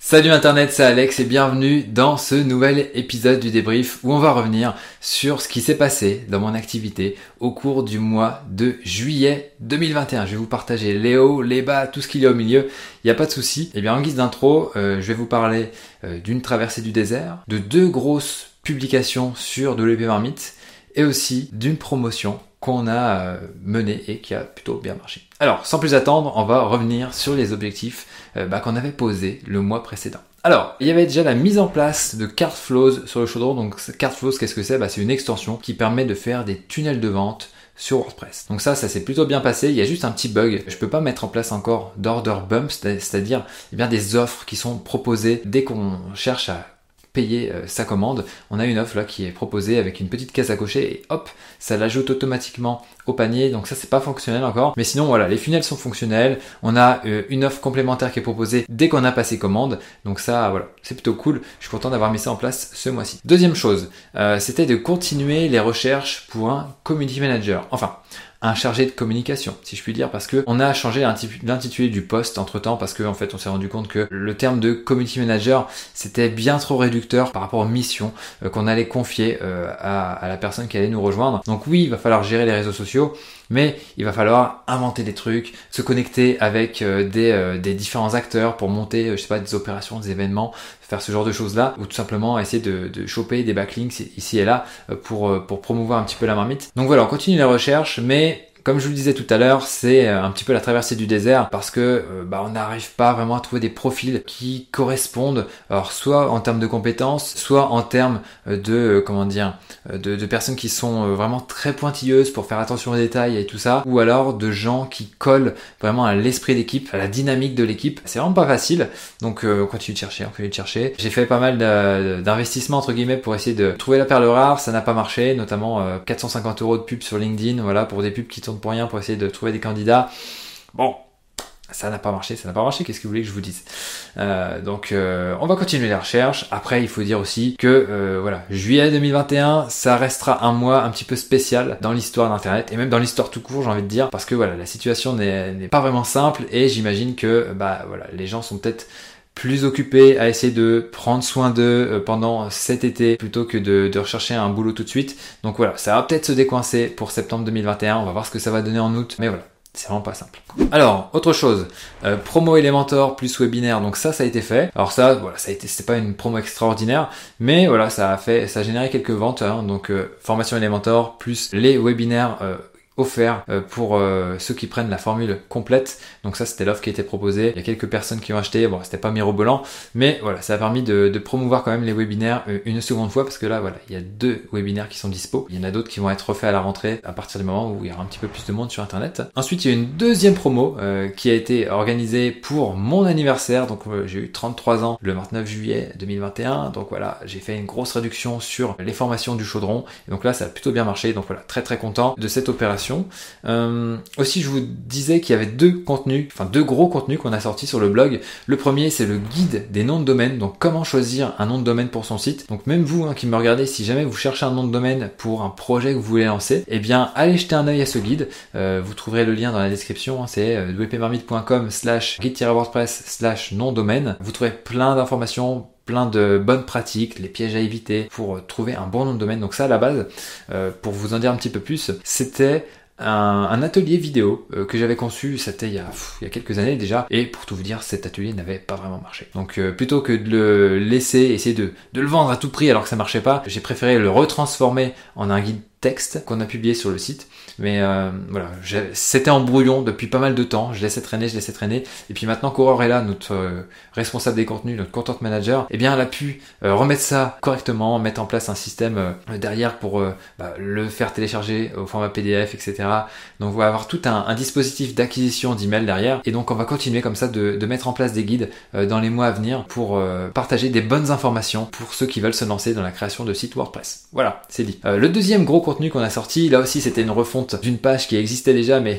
Salut Internet, c'est Alex et bienvenue dans ce nouvel épisode du débrief où on va revenir sur ce qui s'est passé dans mon activité au cours du mois de juillet 2021. Je vais vous partager les hauts, les bas, tout ce qu'il y a au milieu, il n'y a pas de souci. Et bien en guise d'intro, je vais vous parler d'une traversée du désert, de 2 grosses publications sur WP Marmite et aussi d'une promotion qu'on a menée et qui a plutôt bien marché. Alors, sans plus attendre, on va revenir sur les objectifs qu'on avait posés le mois précédent. Alors, il y avait déjà la mise en place de Cartflows sur le chaudron. Donc, Cartflows, qu'est-ce que c'est ? C'est une extension qui permet de faire des tunnels de vente sur WordPress. Donc ça s'est plutôt bien passé. Il y a juste un petit bug. Je peux pas mettre en place encore d'order bumps, c'est-à-dire des offres qui sont proposées dès qu'on cherche à payer sa commande. On a une offre là qui est proposée avec une petite case à cocher et hop, ça l'ajoute automatiquement au panier. Donc ça c'est pas fonctionnel encore, mais sinon voilà, les funnels sont fonctionnels. On a une offre complémentaire qui est proposée dès qu'on a passé commande. Donc ça voilà, c'est plutôt cool. Je suis content d'avoir mis ça en place ce mois-ci. Deuxième chose, c'était de continuer les recherches pour un community manager. Enfin, un chargé de communication, si je puis dire, parce que on a changé l'intitulé du poste entre temps, parce que en fait on s'est rendu compte que le terme de community manager c'était bien trop réducteur par rapport aux missions qu'on allait confier à la personne qui allait nous rejoindre. Donc oui, il va falloir gérer les réseaux sociaux, mais il va falloir inventer des trucs, se connecter avec des différents acteurs pour monter, des opérations, des événements, faire ce genre de choses-là, ou tout simplement essayer de choper des backlinks ici et là pour promouvoir un petit peu la marmite. Donc voilà, on continue les recherches, mais comme je vous le disais tout à l'heure, c'est un petit peu la traversée du désert parce que on n'arrive pas vraiment à trouver des profils qui correspondent, alors soit en termes de compétences, soit en termes de personnes qui sont vraiment très pointilleuses pour faire attention aux détails et tout ça, ou alors de gens qui collent vraiment à l'esprit d'équipe, à la dynamique de l'équipe. C'est vraiment pas facile, donc on continue de chercher. J'ai fait pas mal d'investissements entre guillemets pour essayer de trouver la perle rare, ça n'a pas marché, notamment 450 € de pub sur LinkedIn, voilà, pour des pubs qui tournent pour rien, pour essayer de trouver des candidats. Bon, ça n'a pas marché, qu'est-ce que vous voulez que je vous dise ? Donc on va continuer les recherches. Après il faut dire aussi que juillet 2021 ça restera un mois un petit peu spécial dans l'histoire d'internet et même dans l'histoire tout court, j'ai envie de dire, parce que la situation n'est pas vraiment simple et j'imagine que les gens sont peut-être plus occupés à essayer de prendre soin d'eux pendant cet été plutôt que de rechercher un boulot tout de suite. Donc voilà, ça va peut-être se décoincer pour septembre 2021, on va voir ce que ça va donner en août, mais voilà, c'est vraiment pas simple. Alors, autre chose, promo Elementor plus webinaire, donc ça a été fait. Alors c'était pas une promo extraordinaire, mais voilà, ça a généré quelques ventes, donc formation Elementor plus les webinaires offert pour ceux qui prennent la formule complète. Donc ça c'était l'offre qui a été proposée. Il y a quelques personnes qui ont acheté, bon c'était pas mirobolant, mais voilà, ça a permis de promouvoir quand même les webinaires une seconde fois, parce que là il y a 2 webinaires qui sont dispo. Il y en a d'autres qui vont être refaits à la rentrée à partir du moment où il y aura un petit peu plus de monde sur internet. Ensuite il y a une deuxième promo qui a été organisée pour mon anniversaire. Donc j'ai eu 33 ans le 29 juillet 2021. Donc voilà, j'ai fait une grosse réduction sur les formations du chaudron. Et donc là ça a plutôt bien marché. Donc voilà, très très content de cette opération. Aussi je vous disais qu'il y avait 2 gros contenus qu'on a sortis sur le blog. Le premier c'est le guide des noms de domaine, donc comment choisir un nom de domaine pour son site. Donc même vous qui me regardez, si jamais vous cherchez un nom de domaine pour un projet que vous voulez lancer, eh bien allez jeter un œil à ce guide. Vous trouverez le lien dans la description, c'est wpmarmite.com/guide-wordpress/nom domaine. Vous trouverez plein d'informations, plein de bonnes pratiques, les pièges à éviter pour trouver un bon nom de domaine. Donc ça à la base, pour vous en dire un petit peu plus, c'était un atelier vidéo que j'avais conçu, c'était il y a quelques années déjà, et pour tout vous dire, cet atelier n'avait pas vraiment marché. Donc plutôt que de le laisser essayer de le vendre à tout prix alors que ça marchait pas, j'ai préféré le retransformer en un guide texte qu'on a publié sur le site. Mais c'était en brouillon depuis pas mal de temps, je laissais traîner, et puis maintenant qu'Aurore est là, notre responsable des contenus, notre content manager, eh bien elle a pu remettre ça correctement, mettre en place un système derrière pour le faire télécharger au format PDF, etc. Donc on va avoir tout un dispositif d'acquisition d'emails derrière, et donc on va continuer comme ça de mettre en place des guides dans les mois à venir pour partager des bonnes informations pour ceux qui veulent se lancer dans la création de sites WordPress. Voilà, c'est dit. Le deuxième gros contenu qu'on a sorti, là aussi c'était une refonte d'une page qui existait déjà, mais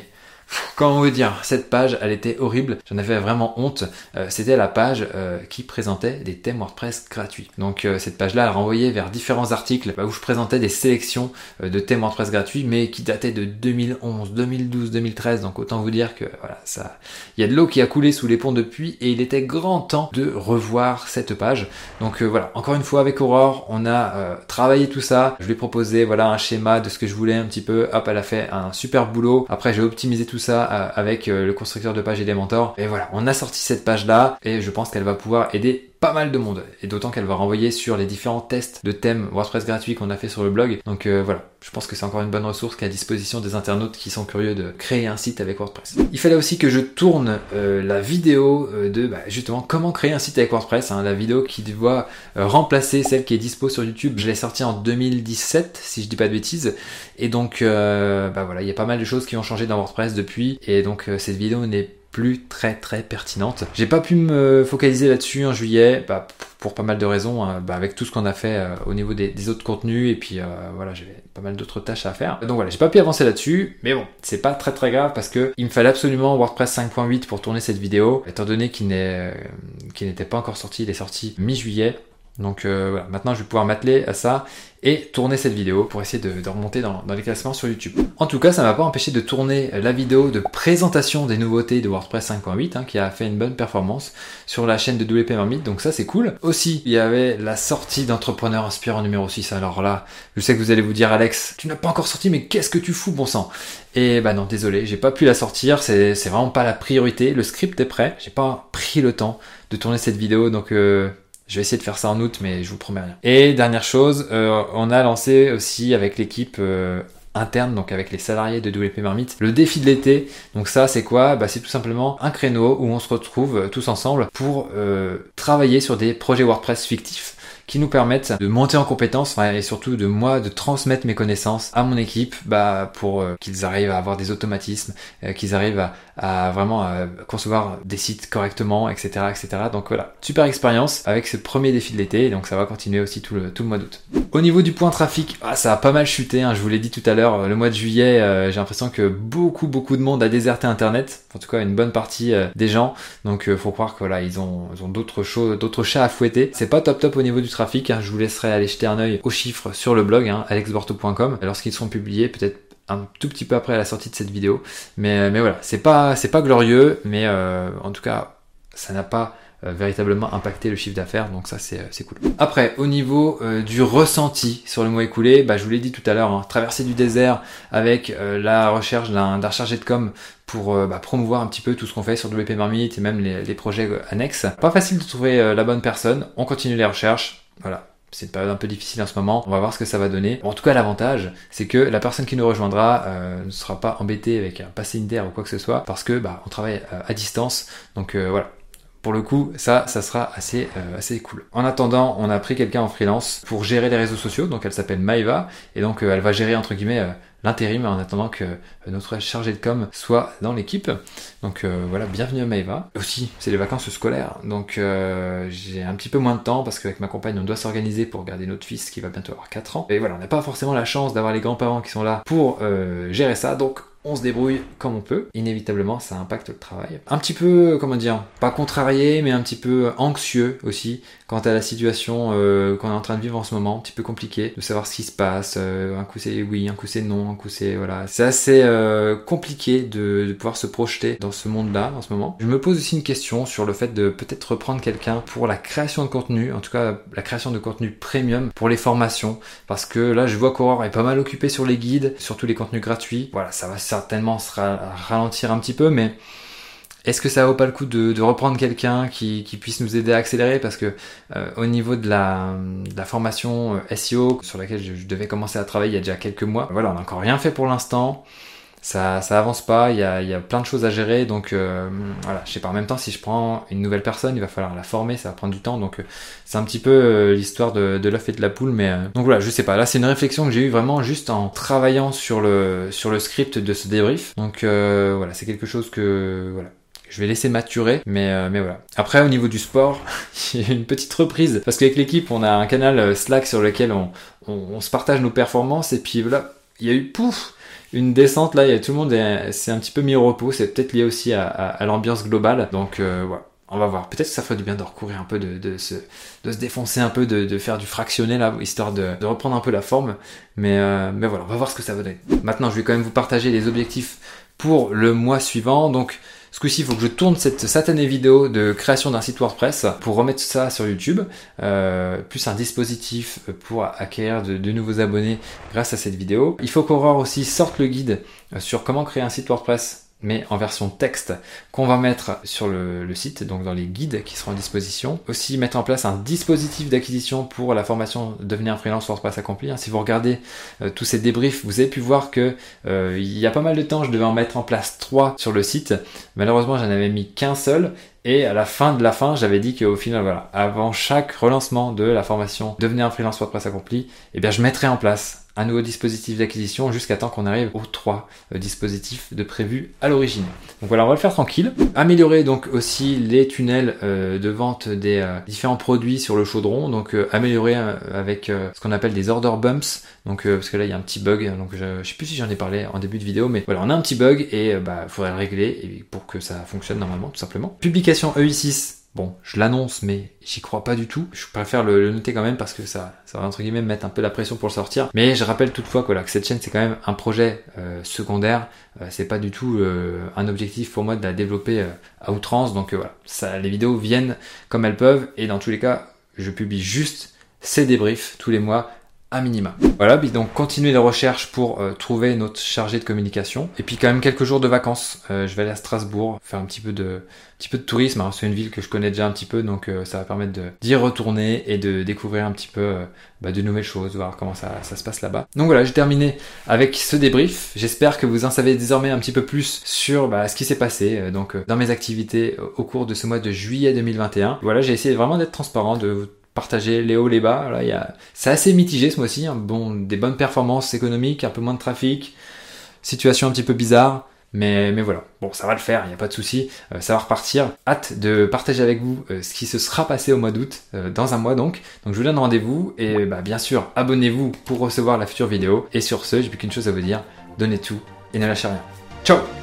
Comment vous dire, cette page, elle était horrible, j'en avais vraiment honte. C'était la page qui présentait des thèmes WordPress gratuits. Donc cette page-là, elle renvoyait vers différents articles où je présentais des sélections de thèmes WordPress gratuits, mais qui dataient de 2011, 2012, 2013. Donc autant vous dire que voilà, il y a de l'eau qui a coulé sous les ponts depuis, et il était grand temps de revoir cette page. Donc voilà, encore une fois avec Aurore, on a travaillé tout ça. Je lui ai proposé voilà un schéma de ce que je voulais un petit peu. Hop, elle a fait un super boulot. Après, j'ai optimisé tout ça avec le constructeur de page Elementor. Et voilà, on a sorti cette page-là, et je pense qu'elle va pouvoir aider pas mal de monde, et d'autant qu'elle va renvoyer sur les différents tests de thèmes WordPress gratuits qu'on a fait sur le blog. Donc voilà, je pense que c'est encore une bonne ressource qui est à disposition des internautes qui sont curieux de créer un site avec WordPress. Il fallait aussi que je tourne la vidéo de justement comment créer un site avec WordPress, la vidéo qui doit remplacer celle qui est dispo sur YouTube. Je l'ai sortie en 2017 si je dis pas de bêtises, et donc voilà, il y a pas mal de choses qui ont changé dans WordPress depuis, et donc cette vidéo n'est plus très pertinente. J'ai pas pu me focaliser là-dessus en juillet, pour pas mal de raisons, avec tout ce qu'on a fait au niveau des autres contenus, et puis voilà, j'avais pas mal d'autres tâches à faire. Donc voilà, j'ai pas pu avancer là-dessus, mais bon, c'est pas très grave, parce que il me fallait absolument WordPress 5.8 pour tourner cette vidéo, étant donné qu'il n'était pas encore sorti, il est sorti mi-juillet. Donc voilà, maintenant je vais pouvoir m'atteler à ça et tourner cette vidéo pour essayer de remonter dans les classements sur YouTube. En tout cas, ça m'a pas empêché de tourner la vidéo de présentation des nouveautés de WordPress 5.8 qui a fait une bonne performance sur la chaîne de WP Marmite, donc ça c'est cool. Aussi, il y avait la sortie d'Entrepreneur Inspirant numéro 6. Alors là, je sais que vous allez vous dire, Alex, tu n'as pas encore sorti, mais qu'est-ce que tu fous, bon sang? Et non, désolé, j'ai pas pu la sortir, c'est vraiment pas la priorité. Le script est prêt, j'ai pas pris le temps de tourner cette vidéo, donc je vais essayer de faire ça en août, mais je vous promets rien. Et dernière chose, on a lancé aussi avec l'équipe interne, donc avec les salariés de WP Marmite, le défi de l'été. Donc ça, c'est quoi? C'est tout simplement un créneau où on se retrouve tous ensemble pour travailler sur des projets WordPress fictifs qui nous permettent de monter en compétences, et surtout de transmettre mes connaissances à mon équipe, pour qu'ils arrivent à avoir des automatismes, qu'ils arrivent à vraiment concevoir des sites correctement, etc., etc. Donc voilà, super expérience avec ce premier défi de l'été, et donc ça va continuer aussi tout le mois d'août. Au niveau du point trafic, ça a pas mal chuté, je vous l'ai dit tout à l'heure, le mois de juillet, j'ai l'impression que beaucoup de monde a déserté Internet, en tout cas une bonne partie des gens, donc faut croire que voilà, ils ont d'autres chats à fouetter. C'est pas top au niveau du trafic, je vous laisserai aller jeter un œil aux chiffres sur le blog, alexborto.com, lorsqu'ils seront publiés, peut-être un tout petit peu après la sortie de cette vidéo, mais voilà, c'est pas glorieux, mais en tout cas ça n'a pas véritablement impacté le chiffre d'affaires, donc ça c'est cool. Après, au niveau du ressenti sur le mois écoulé, je vous l'ai dit tout à l'heure, traverser du désert avec la recherche d'un chargé de com pour promouvoir un petit peu tout ce qu'on fait sur WP Marmite et même les projets annexes. Pas facile de trouver la bonne personne, on continue les recherches, voilà. C'est une période un peu difficile en ce moment, on va voir ce que ça va donner. En tout cas, l'avantage, c'est que la personne qui nous rejoindra ne sera pas embêtée avec un passé Inter ou quoi que ce soit, parce que on travaille à distance, donc voilà. Pour le coup, ça sera assez cool. En attendant, on a pris quelqu'un en freelance pour gérer les réseaux sociaux, donc elle s'appelle Maëva, et donc elle va gérer entre guillemets l'intérim en attendant que notre chargé de com soit dans l'équipe. Donc voilà, bienvenue à Maëva. Aussi, c'est les vacances scolaires, donc j'ai un petit peu moins de temps parce qu'avec ma compagne, on doit s'organiser pour garder notre fils qui va bientôt avoir 4 ans. Et voilà, on n'a pas forcément la chance d'avoir les grands-parents qui sont là pour gérer ça, donc on se débrouille comme on peut. Inévitablement, ça impacte le travail. Un petit peu, pas contrarié, mais un petit peu anxieux aussi quant à la situation qu'on est en train de vivre en ce moment, un petit peu compliqué de savoir ce qui se passe. Un coup c'est oui, un coup c'est non, un coup c'est voilà. C'est assez compliqué de pouvoir se projeter dans ce monde-là en ce moment. Je me pose aussi une question sur le fait de peut-être reprendre quelqu'un pour la création de contenu, en tout cas la création de contenu premium pour les formations, parce que là je vois qu'Aurore est pas mal occupée sur les guides, surtout les contenus gratuits. Voilà, ça va certainement se ralentir un petit peu, mais est-ce que ça vaut pas le coup de reprendre quelqu'un qui puisse nous aider à accélérer, parce que au niveau de la formation SEO sur laquelle je devais commencer à travailler il y a déjà quelques mois, voilà, on n'a encore rien fait pour l'instant. Ça avance pas, il y a plein de choses à gérer, donc voilà, je sais pas, en même temps si je prends une nouvelle personne, il va falloir la former, ça va prendre du temps, donc c'est un petit peu l'histoire de l'œuf et de la poule, mais donc voilà, je sais pas, là c'est une réflexion que j'ai eue vraiment juste en travaillant sur le script de ce débrief, donc voilà, c'est quelque chose que voilà, je vais laisser maturer, mais voilà. Après, au niveau du sport, il y a une petite reprise, parce qu'avec l'équipe, on a un canal Slack sur lequel on se partage nos performances, et puis voilà, il y a eu une descente là, tout le monde c'est un petit peu mis au repos, c'est peut-être lié aussi à l'ambiance globale, donc voilà. On va voir. Peut-être que ça ferait du bien de recourir un peu, de se défoncer un peu, de faire du fractionné là, histoire de reprendre un peu la forme. Mais voilà, on va voir ce que ça va donner. Maintenant, je vais quand même vous partager les objectifs pour le mois suivant. Donc, ce coup-ci, il faut que je tourne cette satanée vidéo de création d'un site WordPress pour remettre ça sur YouTube, plus un dispositif pour acquérir de nouveaux abonnés grâce à cette vidéo. Il faut qu'Aurore aussi sorte le guide sur comment créer un site WordPress, mais en version texte, qu'on va mettre sur le site, donc dans les guides qui seront à disposition. Aussi mettre en place un dispositif d'acquisition pour la formation Devenir un freelance WordPress accompli. Si vous regardez tous ces débriefs, vous avez pu voir que il y a pas mal de temps, je devais en mettre en place 3 sur le site. Malheureusement, j'en avais mis qu'un seul. Et à la fin de la fin, j'avais dit qu'au final, voilà, avant chaque relancement de la formation Devenir un freelance WordPress accompli, eh bien, je mettrai en place un nouveau dispositif d'acquisition jusqu'à temps qu'on arrive aux 3 dispositifs de prévus à l'origine. Donc voilà, on va le faire tranquille. Améliorer donc aussi les tunnels de vente des différents produits sur le chaudron. Donc améliorer avec ce qu'on appelle des order bumps. Donc parce que là il y a un petit bug. Donc je sais plus si j'en ai parlé en début de vidéo, mais voilà, on a un petit bug et il faudrait le régler pour que ça fonctionne normalement, tout simplement. Publication EI6. Bon, je l'annonce, mais j'y crois pas du tout. Je préfère le noter quand même parce que ça va entre guillemets mettre un peu la pression pour le sortir. Mais je rappelle toutefois que cette chaîne c'est quand même un projet secondaire. C'est pas du tout un objectif pour moi de la développer à outrance. Donc voilà, les vidéos viennent comme elles peuvent et dans tous les cas, je publie juste ces débriefs tous les mois à minima. Voilà, donc continuer les recherches pour trouver notre chargé de communication. Et puis quand même quelques jours de vacances. Je vais aller à Strasbourg, faire un petit peu de tourisme. Alors, c'est une ville que je connais déjà un petit peu, donc ça va permettre d'y retourner et de découvrir un petit peu de nouvelles choses, voir comment ça se passe là-bas. Donc voilà, j'ai terminé avec ce débrief. J'espère que vous en savez désormais un petit peu plus sur ce qui s'est passé dans mes activités au cours de ce mois de juillet 2021. Voilà, j'ai essayé vraiment d'être transparent, de vous partager les hauts, les bas. Là, c'est assez mitigé ce mois-ci. Des bonnes performances économiques, un peu moins de trafic, situation un petit peu bizarre. Mais voilà, bon, ça va le faire, il n'y a pas de souci, ça va repartir. Hâte de partager avec vous ce qui se sera passé au mois d'août, dans un mois donc. Donc je vous donne rendez-vous et bien sûr, abonnez-vous pour recevoir la future vidéo. Et sur ce, j'ai plus qu'une chose à vous dire, donnez tout et ne lâchez rien. Ciao!